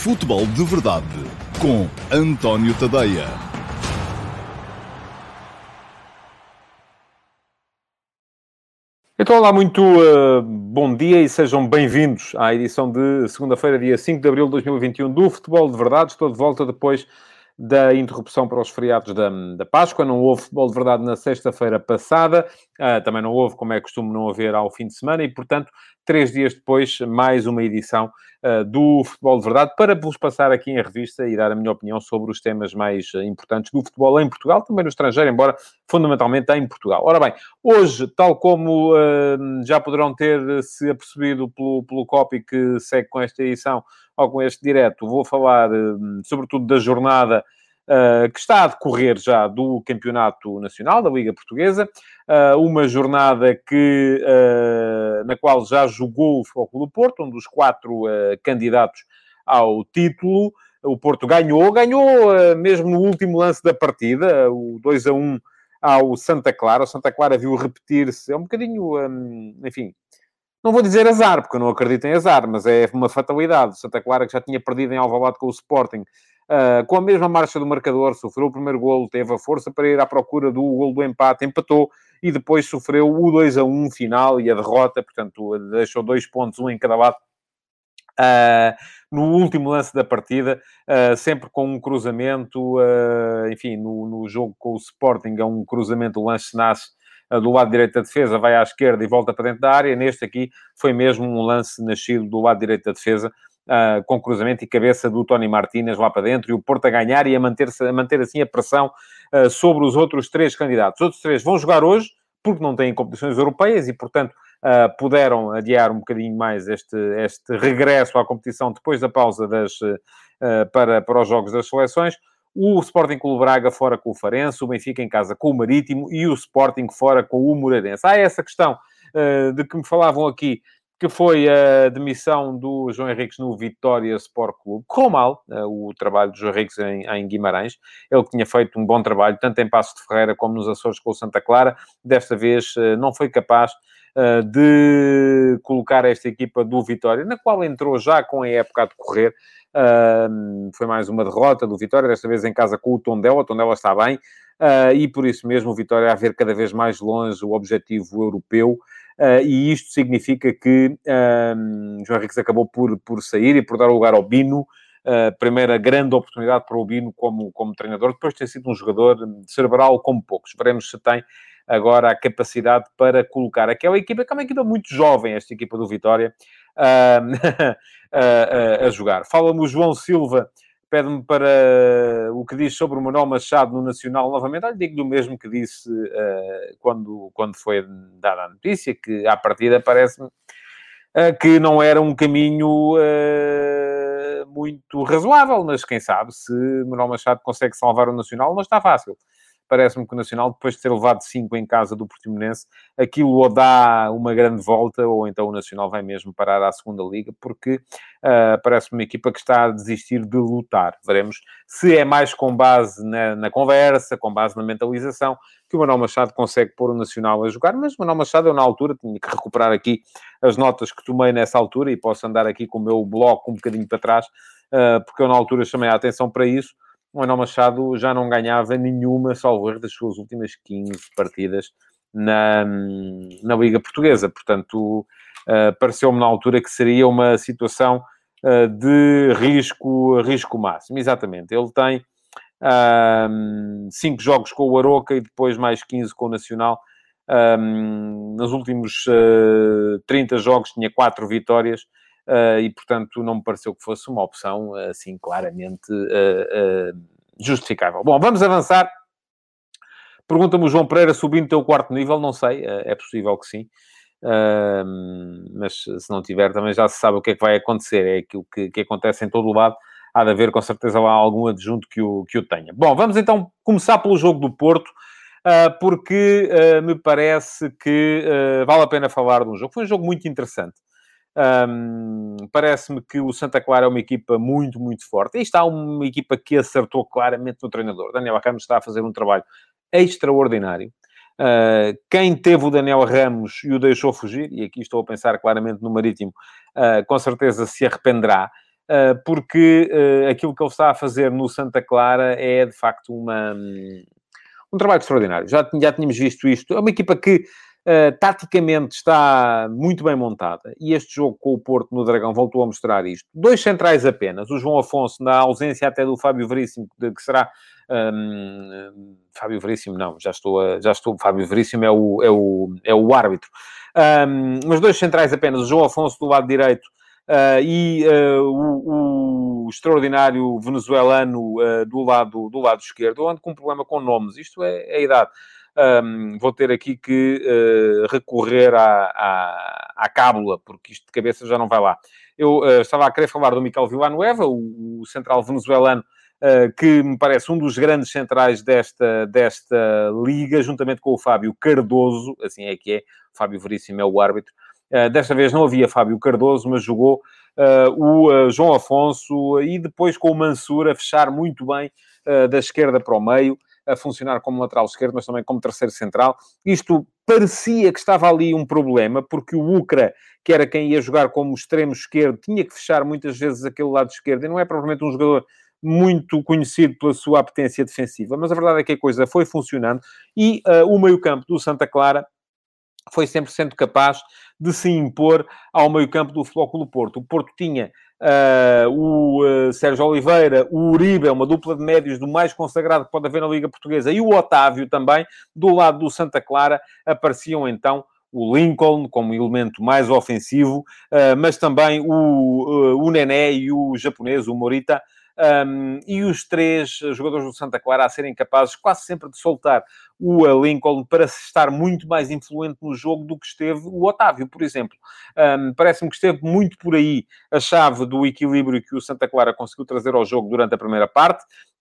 Futebol de Verdade com António Tadeia. Então, olá, muito bom dia e sejam bem-vindos à edição de segunda-feira, dia 5 de abril de 2021 do Futebol de Verdade. Estou de volta depois da interrupção para os feriados da Páscoa. Não houve Futebol de Verdade na sexta-feira passada. Também não houve, como é costume, não haver ao fim de semana. E, portanto, 3 dias depois, mais uma edição do Futebol de Verdade para vos passar aqui em revista e dar a minha opinião sobre os temas mais importantes do futebol em Portugal, também no estrangeiro, embora fundamentalmente em Portugal. Ora bem, hoje, tal como já poderão ter se apercebido pelo copy que segue com esta edição ou com este direto, vou falar sobretudo da jornada que está a decorrer já do Campeonato Nacional, da Liga Portuguesa, uma jornada na qual já jogou o Futebol Clube do Porto, um dos 4 candidatos ao título. O Porto ganhou mesmo no último lance da partida, o 2-1 ao Santa Clara. O Santa Clara viu repetir-se, é um bocadinho, enfim, não vou dizer azar, porque eu não acredito em azar, mas é uma fatalidade. O Santa Clara, que já tinha perdido em Alvalade com o Sporting, com a mesma marcha do marcador, sofreu o primeiro golo, teve a força para ir à procura do golo do empate, empatou e depois sofreu o 2-1 final e a derrota, portanto, deixou 2 pontos, um em cada lado. No último lance da partida, sempre com um cruzamento, enfim, no jogo com o Sporting, é um cruzamento, o lance nasce do lado direito da defesa, vai à esquerda e volta para dentro da área. Neste aqui foi mesmo um lance nascido do lado direito da defesa, com cruzamento e cabeça do Tony Martínez lá para dentro, e o Porto a ganhar e a manter assim a pressão sobre os outros 3 candidatos. Os outros 3 vão jogar hoje, porque não têm competições europeias e, portanto, puderam adiar um bocadinho mais este regresso à competição depois da pausa para os jogos das seleções. O Sporting Clube Braga fora com o Farense, o Benfica em casa com o Marítimo e o Sporting fora com o Moreirense. Há essa questão de que me falavam aqui, que foi a demissão do João Henriques no Vitória Sport Clube. Correu mal o trabalho do João Henriques em Guimarães. Ele tinha feito um bom trabalho, tanto em Paços de Ferreira como nos Açores com o Santa Clara. Desta vez não foi capaz de colocar esta equipa do Vitória, na qual entrou já com a época a decorrer. Foi mais uma derrota do Vitória, desta vez em casa com o Tondela. O Tondela está bem, e por isso mesmo o Vitória a ver cada vez mais longe o objetivo europeu. E isto significa que João Henriques acabou por sair e por dar lugar ao Bino. Primeira grande oportunidade para o Bino como treinador, depois de ter sido um jogador cerebral como poucos. Veremos se tem agora a capacidade para colocar aquela equipa, que é uma equipa muito jovem, esta equipa do Vitória, a jogar. Fala-me o João Silva, pede-me para o que diz sobre o Manuel Machado no Nacional novamente. Olha, digo-lhe o mesmo que disse quando foi dada a notícia, que à partida parece-me que não era um caminho muito razoável, mas quem sabe se Manuel Machado consegue salvar o Nacional, não está fácil. Parece-me que o Nacional, depois de ter levado 5 em casa do Portimonense, aquilo ou dá uma grande volta, ou então o Nacional vai mesmo parar à segunda Liga, porque parece-me uma equipa que está a desistir de lutar. Veremos se é mais com base na conversa, com base na mentalização, que o Manuel Machado consegue pôr o Nacional a jogar. Mas o Manuel Machado, eu na altura, tinha que recuperar aqui as notas que tomei nessa altura, e posso andar aqui com o meu bloco um bocadinho para trás, porque eu na altura chamei a atenção para isso. O Manuel Machado já não ganhava nenhuma, salvo erro, das suas últimas 15 partidas na Liga Portuguesa. Portanto, pareceu-me na altura que seria uma situação de risco máximo. Exatamente. Ele tem 5 jogos com o Aroca e depois mais 15 com o Nacional. Nos últimos 30 jogos tinha 4 vitórias. E, portanto, não me pareceu que fosse uma opção, assim, claramente justificável. Bom, vamos avançar. Pergunta-me o João Pereira, subindo teu 4º nível, não sei, é possível que sim. Mas se não tiver, também já se sabe o que é que vai acontecer. É aquilo que acontece em todo o lado. Há de haver, com certeza, lá algum adjunto que o tenha. Bom, vamos então começar pelo jogo do Porto, porque me parece que vale a pena falar de um jogo. Foi um jogo muito interessante. Parece-me que o Santa Clara é uma equipa muito, muito forte. E está uma equipa que acertou claramente no treinador. Daniel Ramos está a fazer um trabalho extraordinário. Quem teve o Daniel Ramos e o deixou fugir, e aqui estou a pensar claramente no Marítimo, com certeza se arrependerá. porque aquilo que ele está a fazer no Santa Clara é, de facto, um trabalho extraordinário. Já tínhamos visto isto. É uma equipa que, taticamente, está muito bem montada. E este jogo com o Porto no Dragão voltou a mostrar isto. 2 centrais apenas. O João Afonso, na ausência até do Fábio Veríssimo, que será... Fábio Veríssimo, não. Já estou... Fábio Veríssimo é o árbitro. Mas 2 centrais apenas. O João Afonso do lado direito, o extraordinário venezuelano do lado esquerdo. Eu ando com um problema com nomes. Isto é a idade. Vou ter aqui que recorrer à cábula, porque isto de cabeça já não vai lá. Eu estava a querer falar do Miquel Villanueva, o central venezuelano, que me parece um dos grandes centrais desta liga, juntamente com o Fábio Cardoso, assim é que é, o Fábio Veríssimo é o árbitro. Desta vez não havia Fábio Cardoso, mas jogou o João Afonso, e depois com o Mansur a fechar muito bem da esquerda para o meio, a funcionar como lateral esquerdo, mas também como terceiro central. Isto parecia que estava ali um problema, porque o Ucra, que era quem ia jogar como extremo esquerdo, tinha que fechar muitas vezes aquele lado esquerdo, e não é provavelmente um jogador muito conhecido pela sua apetência defensiva, mas a verdade é que a coisa foi funcionando, e o meio-campo do Santa Clara foi sempre sendo capaz de se impor ao meio-campo do Flóculo Porto. O Porto tinha Sérgio Oliveira, o Uribe, uma dupla de médios do mais consagrado que pode haver na Liga Portuguesa, e o Otávio também. Do lado do Santa Clara apareciam então o Lincoln como elemento mais ofensivo, mas também o Nené e o japonês, o Morita, e os 3 jogadores do Santa Clara a serem capazes quase sempre de soltar o Lincoln para estar muito mais influente no jogo do que esteve o Otávio, por exemplo. Parece-me que esteve muito por aí a chave do equilíbrio que o Santa Clara conseguiu trazer ao jogo durante a primeira parte.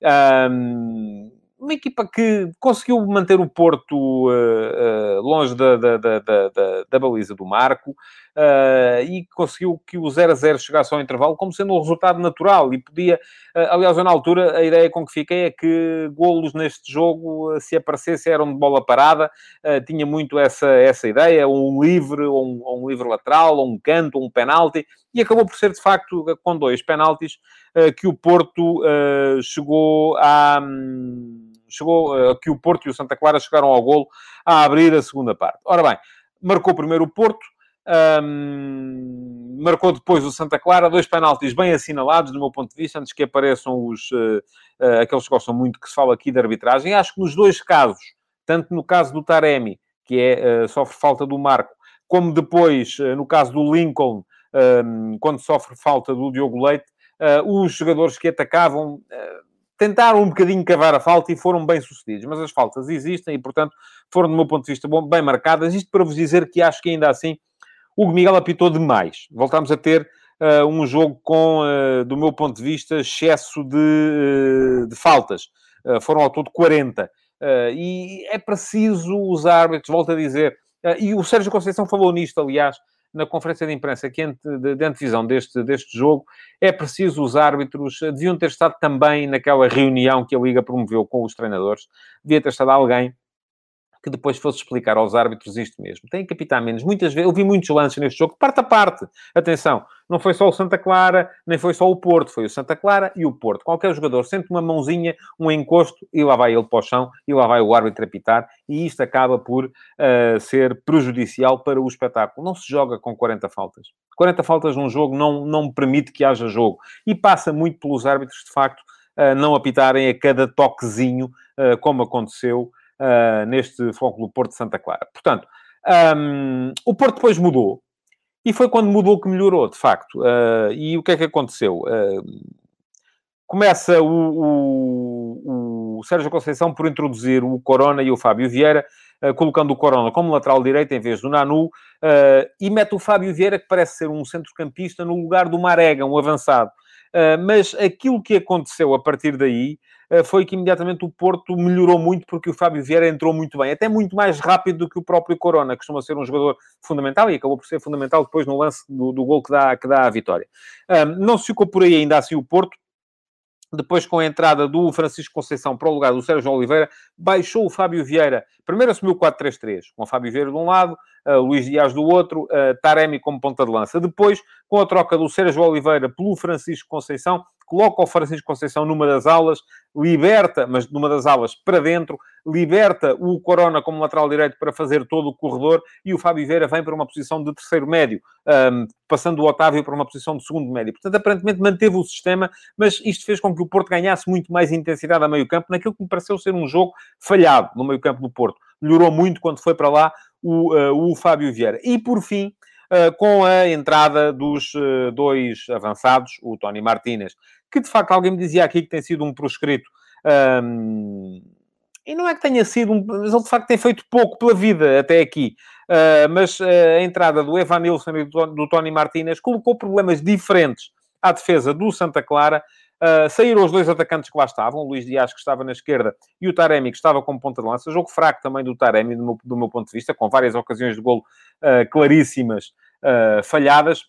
Uma equipa que conseguiu manter o Porto longe da baliza do Marco, e conseguiu que o 0-0 chegasse ao intervalo como sendo um resultado natural, e podia... aliás, eu na altura, a ideia com que fiquei é que golos neste jogo, se aparecesse, eram de bola parada. Tinha muito essa ideia, ou um livre, ou um livre lateral, ou um canto, ou um penalti, e acabou por ser, de facto, com 2 penaltis, que o Porto que o Porto e o Santa Clara chegaram ao golo a abrir a segunda parte. Ora bem, marcou primeiro o Porto, marcou depois o Santa Clara, 2 penaltis bem assinalados, do meu ponto de vista, antes que apareçam aqueles que gostam muito que se fala aqui de arbitragem. Acho que nos 2 casos, tanto no caso do Taremi, que sofre falta do Marco, como depois, no caso do Lincoln, quando sofre falta do Diogo Leite, os jogadores que atacavam tentaram um bocadinho cavar a falta e foram bem-sucedidos. Mas as faltas existem e, portanto, foram, do meu ponto de vista, bem marcadas. Isto para vos dizer que acho que ainda assim o Miguel apitou demais. Voltámos a ter um jogo com, do meu ponto de vista, excesso de faltas. Foram ao todo 40. E é preciso os árbitros, volto a dizer, e o Sérgio Conceição falou nisto, aliás, na conferência de imprensa de antevisão deste jogo. É preciso os árbitros, deviam ter estado também naquela reunião que a Liga promoveu com os treinadores, devia ter estado alguém que depois fosse explicar aos árbitros isto mesmo. Tem que apitar menos. Muitas vezes, eu vi muitos lances neste jogo, parte a parte. Atenção, não foi só o Santa Clara, nem foi só o Porto, foi o Santa Clara e o Porto. Qualquer jogador sente uma mãozinha, um encosto, e lá vai ele para o chão, e lá vai o árbitro apitar, e isto acaba por ser prejudicial para o espetáculo. Não se joga com 40 faltas. 40 faltas num jogo não permite que haja jogo. E passa muito pelos árbitros, de facto, não apitarem a cada toquezinho, como aconteceu neste Flóculo Porto de Santa Clara. Portanto, o Porto depois mudou, e foi quando mudou que melhorou, de facto. E o que é que aconteceu? Começa o Sérgio Conceição por introduzir o Corona e o Fábio Vieira, colocando o Corona como lateral direito em vez do Nanu, e mete o Fábio Vieira, que parece ser um centrocampista, no lugar do Marega, um avançado. Mas aquilo que aconteceu a partir daí foi que imediatamente o Porto melhorou muito, porque o Fábio Vieira entrou muito bem, até muito mais rápido do que o próprio Corona, que costuma ser um jogador fundamental, e acabou por ser fundamental depois no lance do gol que dá a vitória. Não se ficou por aí ainda assim o Porto, Depois, com a entrada do Francisco Conceição para o lugar do Sérgio Oliveira, baixou o Fábio Vieira. Primeiro assumiu o 4-3-3, com o Fábio Vieira de um lado, Luís Dias do outro, Taremi como ponta de lança. Depois, com a troca do Sérgio Oliveira pelo Francisco Conceição, coloca o Francisco Conceição numa das alas, liberta, mas numa das alas para dentro, liberta o Corona como lateral direito para fazer todo o corredor e o Fábio Vieira vem para uma posição de terceiro médio, passando o Otávio para uma posição de segundo médio. Portanto, aparentemente manteve o sistema, mas isto fez com que o Porto ganhasse muito mais intensidade a meio campo, naquilo que me pareceu ser um jogo falhado no meio campo do Porto. Melhorou muito quando foi para lá o Fábio Vieira. E, por fim, com a entrada dos dois avançados, o Tony Martínez, que, de facto, alguém me dizia aqui que tem sido um proscrito. E não é que tenha sido, mas ele, de facto, tem feito pouco pela vida até aqui. Mas a entrada do Evanilson e do Tony Martínez colocou problemas diferentes à defesa do Santa Clara. Saíram os dois atacantes que lá estavam, o Luís Dias, que estava na esquerda, e o Taremi, que estava como ponta de lança. Jogo fraco também do Taremi, do meu ponto de vista, com várias ocasiões de golo claríssimas, falhadas.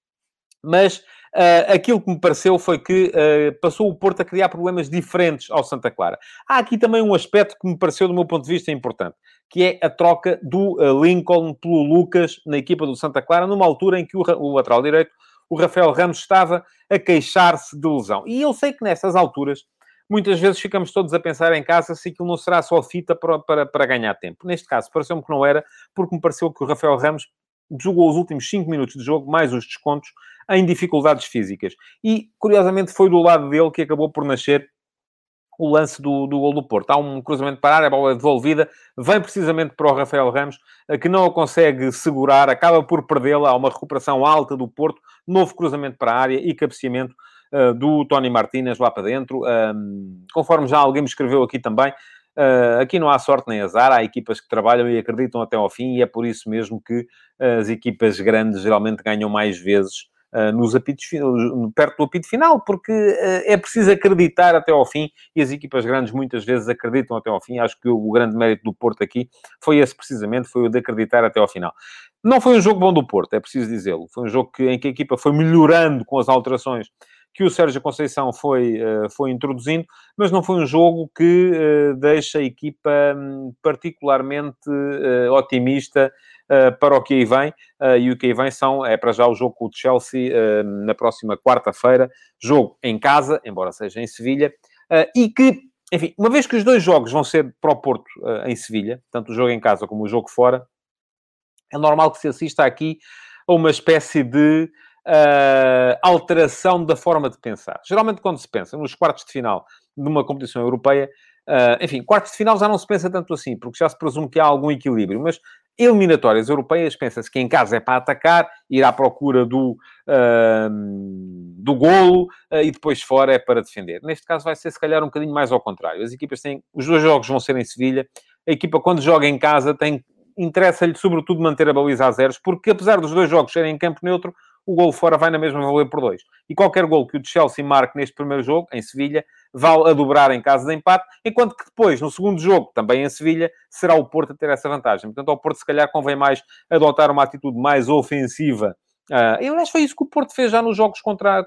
Mas aquilo que me pareceu foi que passou o Porto a criar problemas diferentes ao Santa Clara. Há aqui também um aspecto que me pareceu, do meu ponto de vista, importante, que é a troca do Lincoln pelo Lucas na equipa do Santa Clara, numa altura em que o lateral direito, o Rafael Ramos, estava a queixar-se de lesão. E eu sei que nessas alturas, muitas vezes ficamos todos a pensar em casa se aquilo não será só fita para ganhar tempo. Neste caso, pareceu-me que não era, porque me pareceu que o Rafael Ramos jogou os últimos 5 minutos de jogo, mais os descontos, em dificuldades físicas. E, curiosamente, foi do lado dele que acabou por nascer o lance do gol do Porto. Há um cruzamento para a área, a bola é devolvida, vem precisamente para o Rafael Ramos, que não a consegue segurar, acaba por perdê-la. Há uma recuperação alta do Porto, novo cruzamento para a área e cabeceamento do Tony Martínez lá para dentro. Conforme já alguém me escreveu aqui também, aqui não há sorte nem azar, há equipas que trabalham e acreditam até ao fim, e é por isso mesmo que as equipas grandes geralmente ganham mais vezes nos apitos, perto do apito final, porque é preciso acreditar até ao fim, e as equipas grandes muitas vezes acreditam até ao fim. Acho que o grande mérito do Porto aqui foi esse precisamente, foi o de acreditar até ao final. Não foi um jogo bom do Porto, é preciso dizê-lo. Foi um jogo em que a equipa foi melhorando com as alterações que o Sérgio Conceição foi introduzindo, mas não foi um jogo que deixa a equipa particularmente otimista para o que aí vem, e o que aí vem é para já o jogo com o Chelsea na próxima quarta-feira, jogo em casa, embora seja em Sevilha, e que, enfim, uma vez que os dois jogos vão ser para o Porto em Sevilha, tanto o jogo em casa como o jogo fora, é normal que se assista aqui a uma espécie de alteração da forma de pensar. Geralmente, quando se pensa nos quartos de final de uma competição europeia, enfim, quartos de final já não se pensa tanto assim, porque já se presume que há algum equilíbrio, mas eliminatórias europeias, pensa-se que em casa é para atacar, ir à procura do golo, e depois fora é para defender. Neste caso vai ser, se calhar, um bocadinho mais ao contrário. As equipas os dois jogos vão ser em Sevilha. A equipa, quando joga em casa, interessa-lhe, sobretudo, manter a baliza a zeros, porque, apesar dos dois jogos serem em campo neutro, o golo fora vai na mesma valer por 2. E qualquer golo que o Chelsea marque neste primeiro jogo, em Sevilha, vale a dobrar em caso de empate, enquanto que depois, no segundo jogo, também em Sevilha, será o Porto a ter essa vantagem. Portanto, ao Porto, se calhar, convém mais adotar uma atitude mais ofensiva. E, aliás, foi isso que o Porto fez já nos jogos contra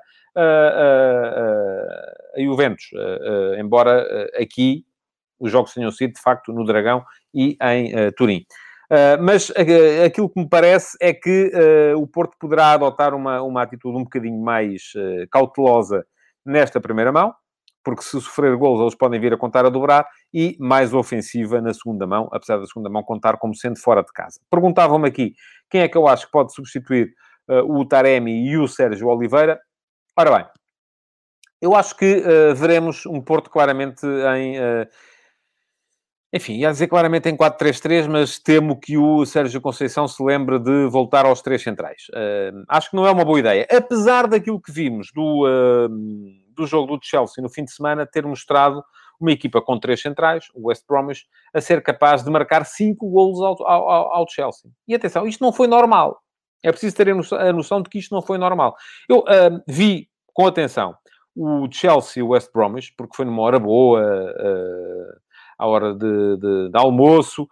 a Juventus. Embora aqui os jogos tenham sido, de facto, no Dragão e em Turim. Mas aquilo que me parece é que o Porto poderá adotar uma atitude um bocadinho mais cautelosa nesta primeira mão, porque se sofrer golos eles podem vir a contar a dobrar, e mais ofensiva na segunda mão, apesar da segunda mão contar como sendo fora de casa. Perguntavam-me aqui quem é que eu acho que pode substituir o Taremi e o Sérgio Oliveira. Ora bem, eu acho que veremos um Porto claramente em... Enfim, ia dizer claramente em 4-3-3, mas temo que o Sérgio Conceição se lembre de voltar aos três centrais. Acho que não é uma boa ideia. Apesar daquilo que vimos do jogo do Chelsea no fim de semana, ter mostrado uma equipa com três centrais, o West Bromwich, a ser capaz de marcar 5 golos ao Chelsea. E atenção, isto não foi normal. É preciso ter a noção de que isto não foi normal. Eu vi com atenção o Chelsea e o West Bromwich, porque foi numa hora boa... à hora de almoço,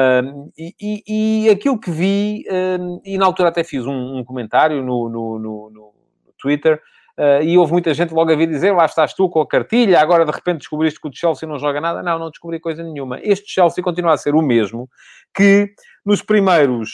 e aquilo que vi, e na altura até fiz um comentário no Twitter, e houve muita gente logo a vir dizer, lá estás tu com a cartilha, agora de repente descobriste que o Chelsea não joga nada. Não, não descobri coisa nenhuma. Este Chelsea continua a ser o mesmo que nos primeiros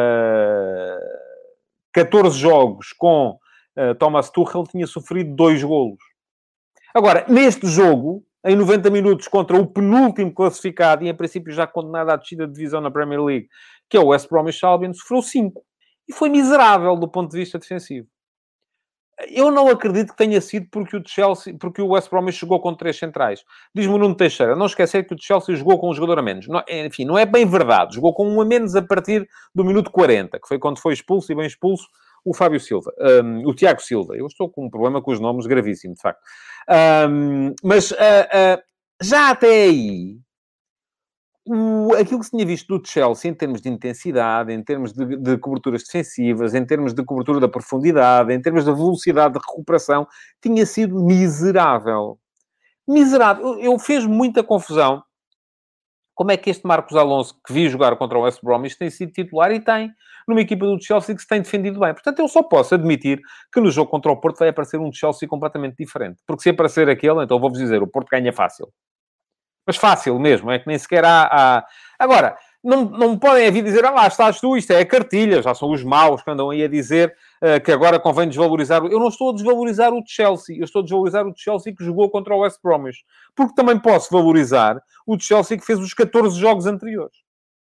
14 jogos com Thomas Tuchel tinha sofrido 2 golos. Agora, neste jogo, em 90 minutos contra o penúltimo classificado e em princípio já condenado à descida de divisão na Premier League, que é o West Bromwich Albion, sofreu 5. E foi miserável do ponto de vista defensivo. Eu não acredito que tenha sido porque o West Bromwich jogou com 3 centrais. Diz-me o Nuno Teixeira, não esquecer que o Chelsea jogou com um jogador a menos. Não, enfim, não é bem verdade. Jogou com um a menos a partir do minuto 40, que foi quando foi expulso, e bem expulso, o Fábio Silva. O Tiago Silva. Eu estou com um problema com os nomes gravíssimo, de facto. Mas já até aí, aquilo que se tinha visto do Chelsea em termos de intensidade, em termos de coberturas defensivas, em termos de cobertura da profundidade, em termos da velocidade de recuperação, tinha sido miserável. Miserável. Eu fez muita confusão como é que este Marcos Alonso, que vi jogar contra o West Bromwich, tem sido titular e tem numa equipa do Chelsea que se tem defendido bem. Portanto, eu só posso admitir que no jogo contra o Porto vai aparecer um Chelsea completamente diferente. Porque se aparecer aquele, então vou-vos dizer, o Porto ganha fácil. Mas fácil mesmo, é que nem sequer há... Agora, não podem vir dizer, lá estás tu, isto é a cartilha, já são os maus que andam aí a dizer que agora convém desvalorizar... Eu não estou a desvalorizar o Chelsea, eu estou a desvalorizar o Chelsea que jogou contra o West Bromwich. Porque também posso valorizar o Chelsea que fez os 14 jogos anteriores.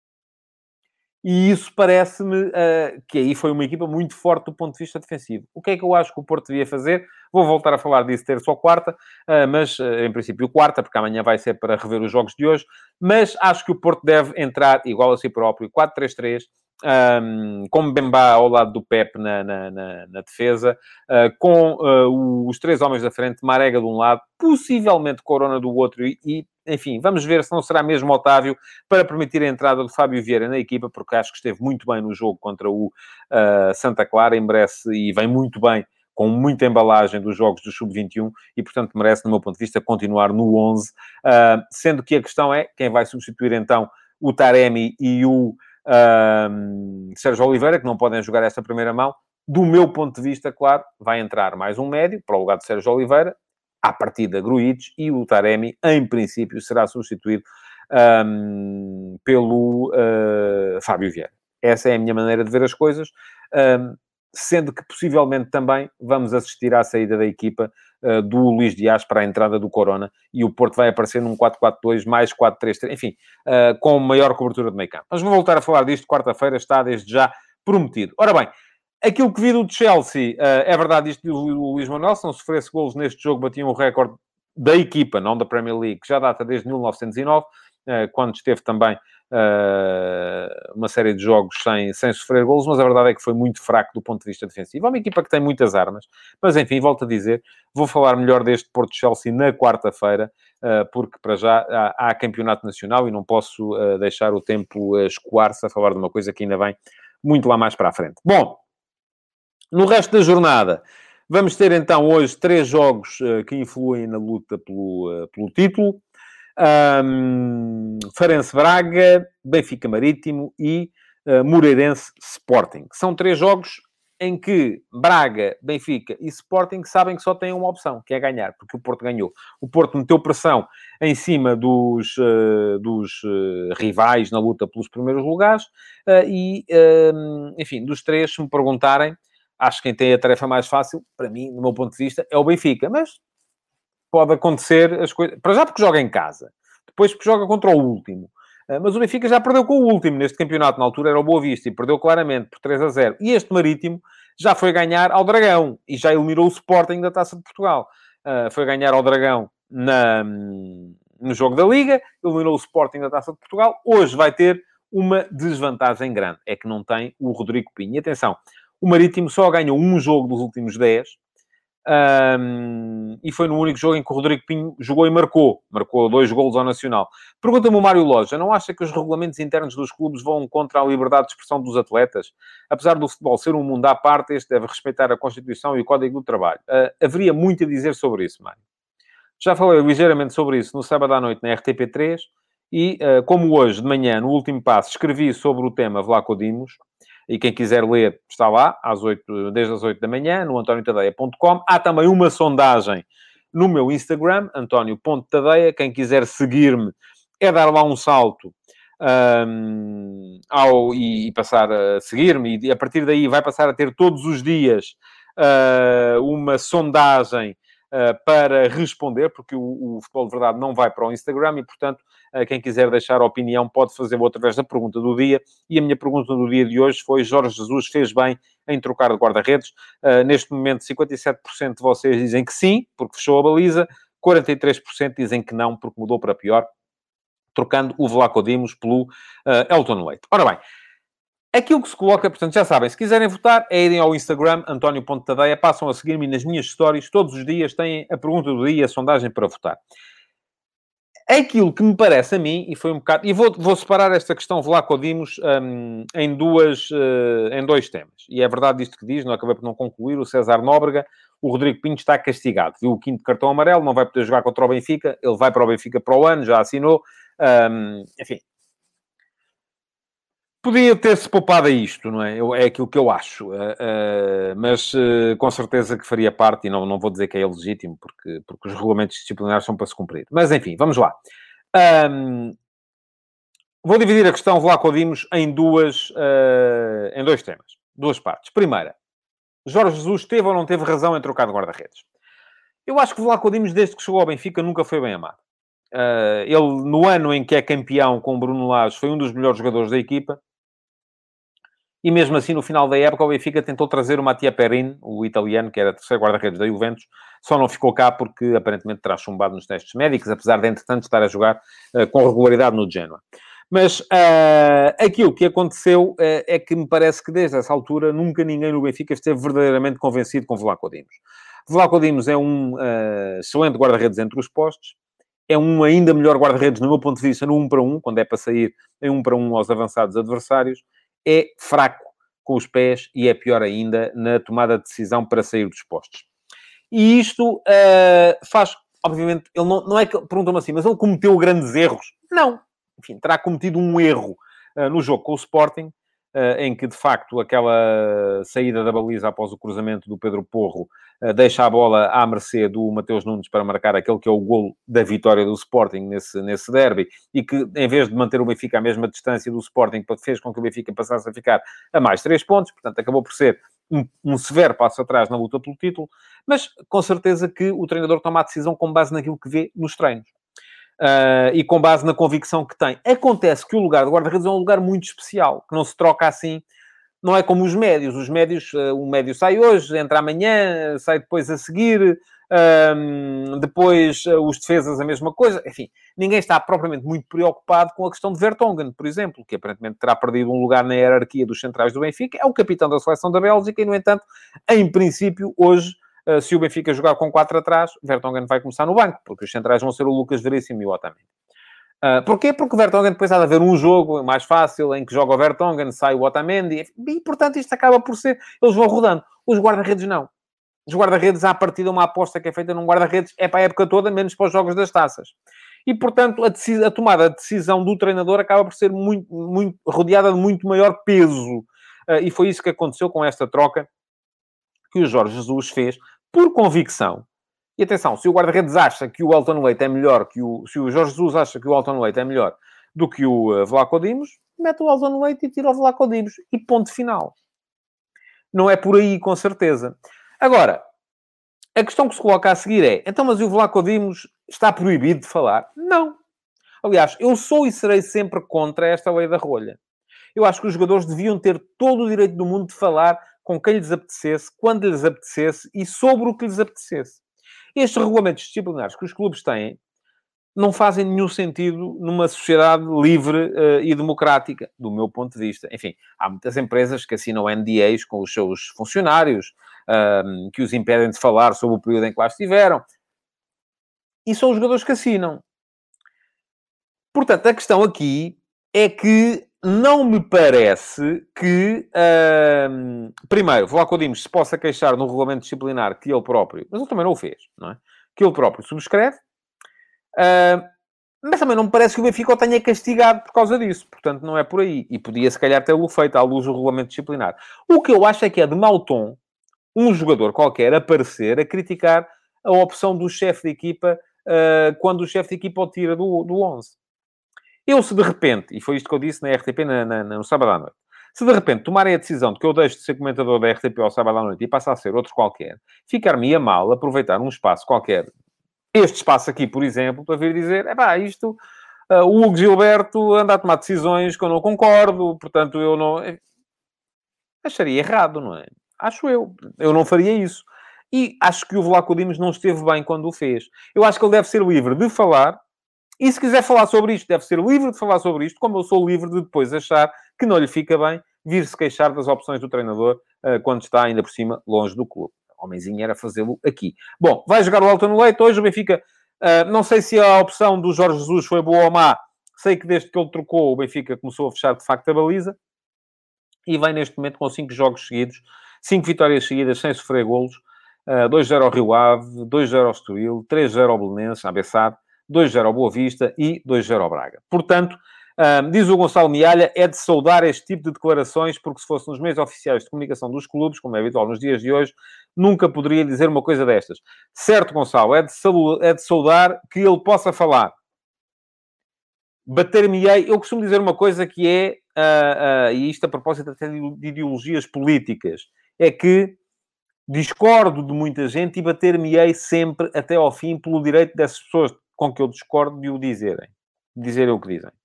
E isso parece-me que aí foi uma equipa muito forte do ponto de vista defensivo. O que é que eu acho que o Porto devia fazer? Vou voltar a falar disso terça ou quarta, mas em princípio quarta, porque amanhã vai ser para rever os jogos de hoje. Mas acho que o Porto deve entrar igual a si próprio, 4-3-3, com Mbemba ao lado do Pep na defesa, com os 3 homens da frente, Marega de um lado, possivelmente Corona do outro e enfim, vamos ver se não será mesmo Otávio para permitir a entrada do Fábio Vieira na equipa, porque acho que esteve muito bem no jogo contra o Santa Clara, merece e vem muito bem, com muita embalagem dos jogos do Sub-21 e, portanto, merece, no meu ponto de vista, continuar no 11. Sendo que a questão é quem vai substituir, então, o Taremi e o Sérgio Oliveira, que não podem jogar esta primeira mão. Do meu ponto de vista, claro, vai entrar mais um médio para o lugar de Sérgio Oliveira, à partida Grujic, e o Taremi, em princípio, será substituído pelo Fábio Vieira. Essa é a minha maneira de ver as coisas, sendo que possivelmente também vamos assistir à saída da equipa do Luís Dias para a entrada do Corona, e o Porto vai aparecer num 4-4-2 mais 4-3-3, enfim, com maior cobertura de meio campo. Mas vou voltar a falar disto quarta-feira, está desde já prometido. Ora bem, aquilo que vi do Chelsea, é verdade, isto do Luís Manuel, se não sofresse golos neste jogo, batiam o recorde da equipa, não da Premier League, que já data desde 1909, quando esteve também uma série de jogos sem sofrer golos, mas a verdade é que foi muito fraco do ponto de vista defensivo. É uma equipa que tem muitas armas, mas enfim, volto a dizer, vou falar melhor deste Porto-Chelsea na quarta-feira, porque para já há campeonato nacional e não posso deixar o tempo escoar-se a falar de uma coisa que ainda vem muito lá mais para a frente. Bom, no resto da jornada, vamos ter então hoje 3 jogos que influem na luta pelo título. Farense Braga, Benfica Marítimo e Moreirense Sporting. São 3 jogos em que Braga, Benfica e Sporting sabem que só têm uma opção, que é ganhar, porque o Porto ganhou. O Porto meteu pressão em cima dos rivais na luta pelos primeiros lugares enfim, dos 3, se me perguntarem, acho que quem tem a tarefa mais fácil, para mim, do meu ponto de vista, é o Benfica. Mas pode acontecer as coisas... Para já porque joga em casa. Depois porque joga contra o último. Mas o Benfica já perdeu com o último neste campeonato. Na altura era o Boa Vista e perdeu claramente por 3-0. E este Marítimo já foi ganhar ao Dragão. E já eliminou o Sporting da Taça de Portugal. Foi ganhar ao Dragão no jogo da Liga. Eliminou o Sporting da Taça de Portugal. Hoje vai ter uma desvantagem grande. É que não tem o Rodrigo Pinho. E atenção, o Marítimo só ganhou um jogo dos últimos 10. E foi no único jogo em que o Rodrigo Pinho jogou e marcou 2 golos ao Nacional. Pergunta-me o Mário Loja, não acha que os regulamentos internos dos clubes vão contra a liberdade de expressão dos atletas? Apesar do futebol ser um mundo à parte, este deve respeitar a Constituição e o Código do Trabalho. Haveria muito a dizer sobre isso, Mário. Já falei ligeiramente sobre isso no sábado à noite na RTP3 e, como hoje de manhã, no último passo, escrevi sobre o tema Vlaco Dimos. E quem quiser ler, está lá, desde as 8 da manhã, no antoniotadeia.com. Há também uma sondagem no meu Instagram, antonio.tadeia. Quem quiser seguir-me, é dar lá um salto e passar a seguir-me. E a partir daí vai passar a ter todos os dias uma sondagem para responder, porque o Futebol de Verdade não vai para o Instagram e, portanto, quem quiser deixar a opinião pode fazê-lo através da pergunta do dia. E a minha pergunta do dia de hoje foi: Jorge Jesus fez bem em trocar de guarda-redes? Neste momento, 57% de vocês dizem que sim, porque fechou a baliza. 43% dizem que não, porque mudou para pior, trocando o Vlaco Dimos pelo Elton Leite. Ora bem, aquilo que se coloca, portanto, já sabem, se quiserem votar, é irem ao Instagram, António.tadeia, passam a seguir-me nas minhas stories, todos os dias têm a pergunta do dia, a sondagem para votar. Aquilo que me parece a mim, e foi um bocado... E vou separar esta questão Vlaco Dimos em dois temas. E é verdade isto que diz, não acabei por não concluir, o César Nóbrega, o Rodrigo Pinto está castigado. Viu o 5º cartão amarelo, não vai poder jogar contra o Benfica, ele vai para o Benfica para o ano, já assinou. Enfim... Podia ter-se poupado a isto, não é? É aquilo que eu acho. Mas com certeza que faria parte, e não vou dizer que é ilegítimo, porque os regulamentos disciplinares são para se cumprir. Mas, enfim, vamos lá. Vou dividir a questão Vlaco Dimos em dois temas. Duas partes. Primeira, Jorge Jesus teve ou não teve razão em trocar de guarda-redes? Eu acho que o Vlaco Dimos, desde que chegou ao Benfica, nunca foi bem amado. Ele, no ano em que é campeão com o Bruno Lage, foi um dos melhores jogadores da equipa. E mesmo assim, no final da época, o Benfica tentou trazer o Mattia Perin, o italiano, que era terceiro guarda-redes da Juventus, só não ficou cá porque, aparentemente, terá chumbado nos testes médicos, apesar de, entretanto, estar a jogar com regularidade no Genoa. Mas aquilo que aconteceu é que me parece que, desde essa altura, nunca ninguém no Benfica esteve verdadeiramente convencido com Vlaco Dimos. Vlaco Dimos é um excelente guarda-redes entre os postos, é um ainda melhor guarda-redes, no meu ponto de vista, no 1 para 1, quando é para sair em 1 para 1 aos avançados adversários, é fraco com os pés e é pior ainda na tomada de decisão para sair dos postos. E isto faz, obviamente, ele não é que, perguntam-me assim, mas ele cometeu grandes erros? Não. Enfim, terá cometido um erro no jogo com o Sporting, em que, de facto, aquela saída da baliza após o cruzamento do Pedro Porro deixa a bola à mercê do Mateus Nunes para marcar aquele que é o golo da vitória do Sporting nesse derby, e que, em vez de manter o Benfica à mesma distância do Sporting, fez com que o Benfica passasse a ficar a mais 3 pontos, portanto, acabou por ser um severo passo atrás na luta pelo título, mas com certeza que o treinador toma a decisão com base naquilo que vê nos treinos. E com base na convicção que tem. Acontece que o lugar de guarda-redes é um lugar muito especial, que não se troca assim. Não é como os médios. Os médios, o médio sai hoje, entra amanhã, sai depois a seguir. Depois os defesas a mesma coisa. Enfim, ninguém está propriamente muito preocupado com a questão de Vertonghen, por exemplo, que aparentemente terá perdido um lugar na hierarquia dos centrais do Benfica. É o capitão da seleção da Bélgica e, no entanto, em princípio, hoje, se o Benfica jogar com 4 atrás, Vertonghen vai começar no banco, porque os centrais vão ser o Lucas Veríssimo e o Otamendi. Porquê? Porque o Vertonghen depois há de haver um jogo mais fácil em que joga o Vertonghen, sai o Otamendi, e portanto isto acaba por ser... Eles vão rodando. Os guarda-redes não. Os guarda-redes, à partida, uma aposta que é feita num guarda-redes é para a época toda, menos para os jogos das taças. E, portanto, a tomada de decisão do treinador acaba por ser muito rodeada de muito maior peso. E foi isso que aconteceu com esta troca que o Jorge Jesus fez por convicção. E atenção, se o guarda-redes acha que o Elton Leite é melhor se o Jorge Jesus acha que o Elton Leite é melhor do que o Vlaco Dimos, mete o Elton Leite e tira o Vlaco Dimos. E ponto final. Não é por aí, com certeza. Agora, a questão que se coloca a seguir é: então, mas o Vlaco Dimos está proibido de falar? Não. Aliás, eu sou e serei sempre contra esta lei da rolha. Eu acho que os jogadores deviam ter todo o direito do mundo de falar com quem lhes apetecesse, quando lhes apetecesse e sobre o que lhes apetecesse. Estes regulamentos disciplinares que os clubes têm não fazem nenhum sentido numa sociedade livre e democrática, do meu ponto de vista. Enfim, há muitas empresas que assinam NDAs com os seus funcionários, que os impedem de falar sobre o período em que lá estiveram. E são os jogadores que assinam. Portanto, a questão aqui é que não me parece que, primeiro, Vlaco Dimos se possa queixar no regulamento disciplinar que ele próprio, mas ele também não o fez, não é? Que ele próprio subscreve, Mas também não me parece que o Benfica o tenha castigado por causa disso. Portanto, não é por aí. E podia, se calhar, tê-lo feito à luz do regulamento disciplinar. O que eu acho é que é de mau tom um jogador qualquer aparecer a criticar a opção do chefe de equipa quando o chefe de equipa o tira do 11. Eu, se de repente, e foi isto que eu disse na RTP no sábado à noite, se de repente tomarem a decisão de que eu deixo de ser comentador da RTP ao sábado à noite e passo a ser outro qualquer, ficar-me a mal aproveitar um espaço qualquer, este espaço aqui, por exemplo, para vir dizer, isto, o Hugo Gilberto anda a tomar decisões que eu não concordo, portanto, eu não... Acharia errado, não é? Acho eu. Eu não faria isso. E acho que o Vlaco Dimos não esteve bem quando o fez. Eu acho que ele deve ser livre de falar, e se quiser falar sobre isto, deve ser livre de falar sobre isto, como eu sou livre de depois achar que não lhe fica bem vir-se queixar das opções do treinador quando está ainda por cima longe do clube. O homenzinho era fazê-lo aqui. Bom, vai jogar o Elton Leite. Hoje o Benfica, não sei se a opção do Jorge Jesus foi boa ou má. Sei que desde que ele trocou, o Benfica começou a fechar de facto a baliza. E vem neste momento com 5 jogos seguidos, 5 vitórias seguidas sem sofrer golos. 2-0 ao Rio Ave, 2-0 ao Estoril, 3-0 ao Belenenses, à Bessade, 2-0 ao Boa Vista e 2-0 ao Braga. Portanto, diz o Gonçalo Mialha, é de saudar este tipo de declarações, porque se fosse nos meios oficiais de comunicação dos clubes, como é habitual nos dias de hoje, nunca poderia dizer uma coisa destas. Certo, Gonçalo, é de saudar que ele possa falar. Bater-me-ei, eu costumo dizer uma coisa que é, e isto a propósito até de ideologias políticas, é que discordo de muita gente e bater-me-ei sempre até ao fim pelo direito dessas pessoas com que eu discordo de o dizerem. De dizerem o que dizem.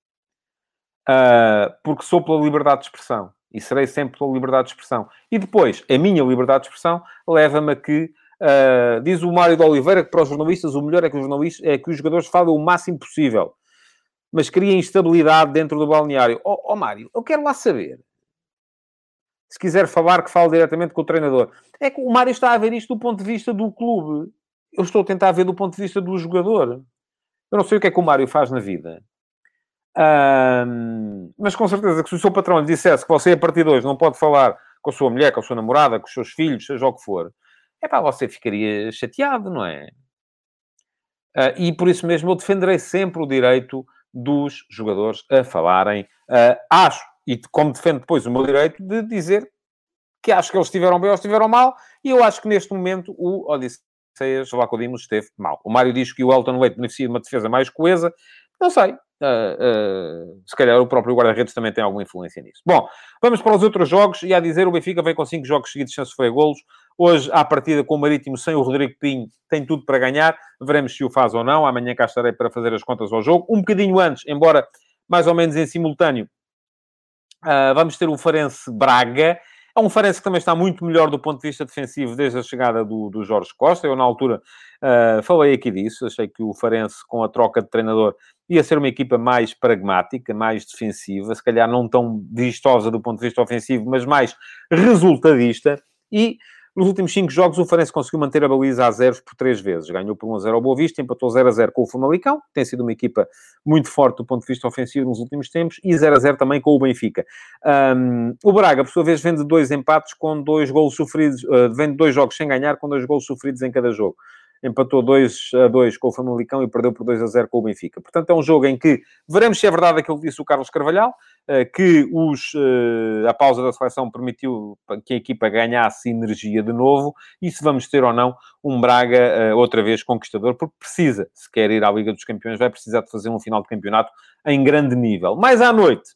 Porque sou pela liberdade de expressão. E serei sempre pela liberdade de expressão. E depois, a minha liberdade de expressão leva-me a que, diz o Mário de Oliveira, que para os jornalistas o melhor é que os jogadores falem o máximo possível. Mas cria instabilidade dentro do balneário. Mário, eu quero lá saber. Se quiser falar, que fale diretamente com o treinador. É que o Mário está a ver isto do ponto de vista do clube. Eu estou a tentar ver do ponto de vista do jogador. Eu não sei o que é que o Mário faz na vida. Mas com certeza que se o seu patrão lhe dissesse que você, a partir de hoje, não pode falar com a sua mulher, com a sua namorada, com os seus filhos, seja o que for, você ficaria chateado, não é? E por isso mesmo eu defenderei sempre o direito dos jogadores a falarem. Acho, e como defendo depois o meu direito, de dizer que acho que eles estiveram bem ou estiveram mal, e eu acho que neste momento o Odisseias Vlaco Dimos esteve mal. O Mário diz que o Elton Leite beneficia de uma defesa mais coesa. Não sei. Se calhar o próprio guarda-redes também tem alguma influência nisso. Bom, vamos para os outros jogos. E a dizer, o Benfica vem com 5 jogos seguidos sem sofrer golos. Hoje, à partida com o Marítimo, sem o Rodrigo Pinho, tem tudo para ganhar. Veremos se o faz ou não. Amanhã cá estarei para fazer as contas ao jogo. Um bocadinho antes, embora mais ou menos em simultâneo, vamos ter o Farense Braga. É um Farense que também está muito melhor do ponto de vista defensivo desde a chegada do Jorge Costa. Eu, na altura, falei aqui disso. Achei que o Farense, com a troca de treinador, ia ser uma equipa mais pragmática, mais defensiva, se calhar não tão vistosa do ponto de vista ofensivo, mas mais resultadista. E nos últimos 5 jogos, o Farense conseguiu manter a baliza a 0 por 3 vezes. Ganhou por 1-0 ao Boa Vista, empatou 0-0 com o Famalicão. Tem sido uma equipa muito forte do ponto de vista ofensivo nos últimos tempos. E 0-0 também com o Benfica. O Braga, por sua vez, vem de 2 empates com 2 golos sofridos. Vem de 2 jogos sem ganhar, com 2 golos sofridos em cada jogo. Empatou 2-2 com o Famalicão e perdeu por 2-0 com o Benfica. Portanto, é um jogo em que veremos se é verdade aquilo que disse o Carlos Carvalhal, que a pausa da seleção permitiu que a equipa ganhasse energia de novo, e se vamos ter ou não um Braga outra vez conquistador, porque precisa, se quer ir à Liga dos Campeões, vai precisar de fazer um final de campeonato em grande nível. Mais à noite,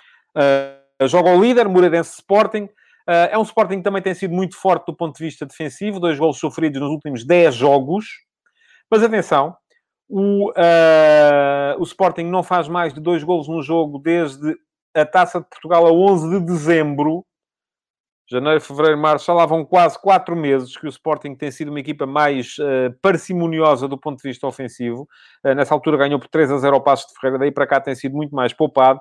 joga o líder, Moreirense Sporting. É um Sporting que também tem sido muito forte do ponto de vista defensivo, 2 golos sofridos nos últimos 10 jogos. Mas atenção, o Sporting não faz mais de 2 golos no jogo desde a Taça de Portugal a 11 de dezembro. Janeiro, fevereiro, março, já lá vão quase 4 meses que o Sporting tem sido uma equipa mais parcimoniosa do ponto de vista ofensivo. Nessa altura ganhou por 3-0 ao Paços de Ferreira, daí para cá tem sido muito mais poupado.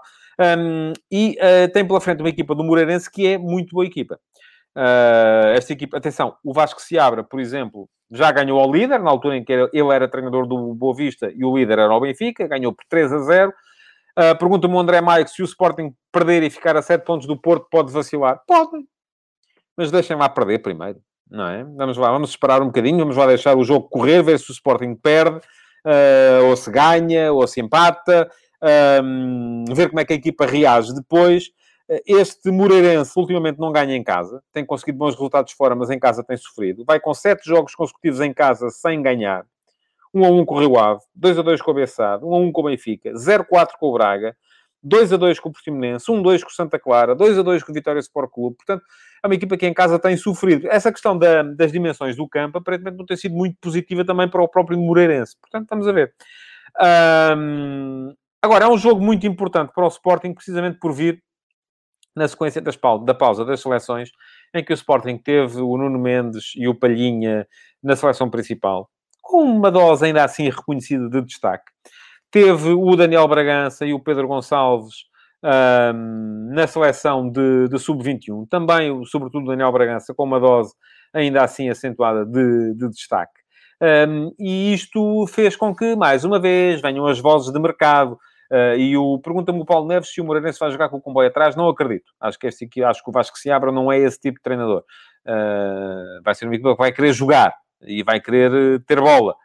Tem pela frente uma equipa do Moreirense que é muito boa equipa. Esta equipa, atenção, o Vasco Seabra, por exemplo, já ganhou ao líder, na altura em que ele era treinador do Boa Vista e o líder era o Benfica, ganhou por 3-0. Pergunta-me o André Maia se o Sporting perder e ficar a 7 pontos do Porto pode vacilar. Pode, mas deixem lá perder primeiro, não é? Vamos lá, vamos esperar um bocadinho, vamos lá deixar o jogo correr, ver se o Sporting perde. ou se ganha, ou se empata, ver como é que a equipa reage depois. Este Moreirense ultimamente não ganha em casa, tem conseguido bons resultados fora, mas em casa tem sofrido. Vai com 7 jogos consecutivos em casa sem ganhar. 1-1 com o Rio Ave, 2-2 com o Bessado, 1-1 com o Benfica, 0-4 com o Braga, 2-2 com o Portimonense, 1-2 com o Santa Clara, 2-2 com o Vitória Sport Clube. Portanto, é uma equipa que em casa tem sofrido. Essa questão das dimensões do campo, aparentemente não tem sido muito positiva também para o próprio Moreirense. Portanto, estamos a ver. Agora, é um jogo muito importante para o Sporting, precisamente por vir na sequência da pausa das seleções, em que o Sporting teve o Nuno Mendes e o Palhinha na seleção principal, com uma dose ainda assim reconhecida de destaque. Teve o Daniel Bragança e o Pedro Gonçalves na seleção de sub-21. Também, sobretudo, o Daniel Bragança com uma dose ainda assim acentuada de destaque. E isto fez com que, mais uma vez, venham as vozes de mercado. Pergunta-me o Paulo Neves se o Moreirense vai jogar com o comboio atrás. Não acredito. Acho que o Vasco Seabra não é esse tipo de treinador. Vai ser uma equipa que vai querer jogar e vai querer ter bola.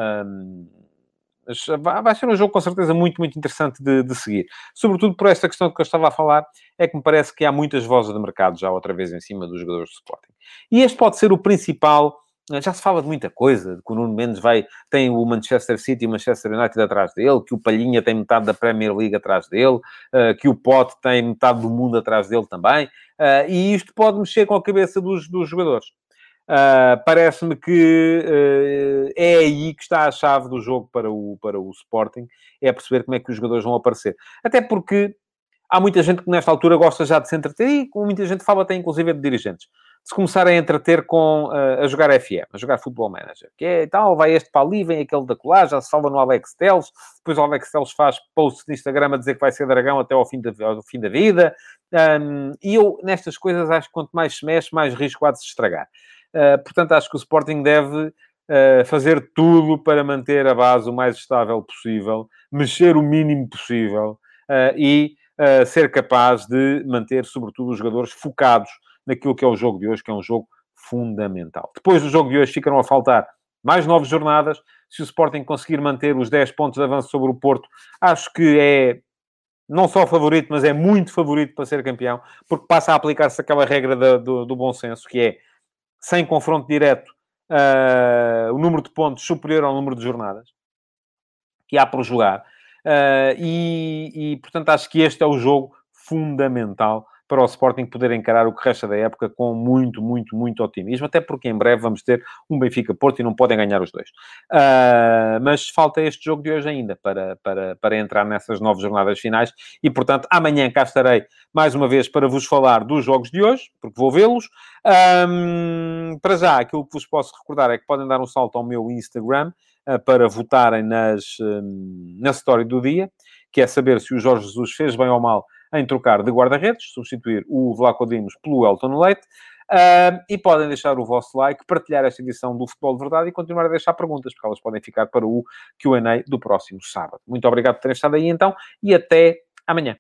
Mas vai ser um jogo com certeza muito, muito interessante de seguir. Sobretudo por esta questão que eu estava a falar, é que me parece que há muitas vozes de mercado já outra vez em cima dos jogadores do Sporting. E este pode ser o principal. Já se fala de muita coisa, que o Nuno Mendes tem o Manchester City e o Manchester United atrás dele, que o Palhinha tem metade da Premier League atrás dele, que o Pote tem metade do mundo atrás dele também, e isto pode mexer com a cabeça dos jogadores. Parece-me que é aí que está a chave do jogo para o Sporting, é perceber como é que os jogadores vão aparecer. Até porque há muita gente que nesta altura gosta já de se entreter, e muita gente fala até inclusive de dirigentes, de se começarem a entreter a jogar FM, a jogar Football Manager. Que é tal, vai este para ali, vem aquele da colar, já se fala no Alex Telles, depois o Alex Telles faz posts no Instagram a dizer que vai ser dragão até ao fim da vida. E eu, nestas coisas, acho que quanto mais se mexe, mais risco há de se estragar. Portanto, acho que o Sporting deve fazer tudo para manter a base o mais estável possível, mexer o mínimo possível e ser capaz de manter, sobretudo, os jogadores focados naquilo que é o jogo de hoje, que é um jogo fundamental. Depois do jogo de hoje ficaram a faltar mais 9 jornadas. Se o Sporting conseguir manter os 10 pontos de avanço sobre o Porto, acho que é não só favorito, mas é muito favorito para ser campeão, porque passa a aplicar-se aquela regra do bom senso, que é, sem confronto direto, o número de pontos superior ao número de jornadas que há por jogar. Portanto, acho que este é o jogo fundamental para o Sporting poder encarar o que resta da época com muito, muito, muito otimismo, até porque em breve vamos ter um Benfica-Porto e não podem ganhar os dois. Mas falta este jogo de hoje ainda para entrar nessas 9 jornadas finais e, portanto, amanhã cá estarei mais uma vez para vos falar dos jogos de hoje, porque vou vê-los. Para já, aquilo que vos posso recordar é que podem dar um salto ao meu Instagram para votarem na story do dia, que é saber se o Jorge Jesus fez bem ou mal em trocar de guarda-redes, substituir o Vlaco Dimos pelo Elton Leite, e podem deixar o vosso like, partilhar esta edição do Futebol de Verdade e continuar a deixar perguntas, porque elas podem ficar para o Q&A do próximo sábado. Muito obrigado por terem estado aí então, e até amanhã.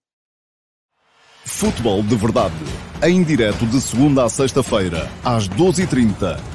Futebol de Verdade, em direto de segunda a sexta-feira, às 12h30,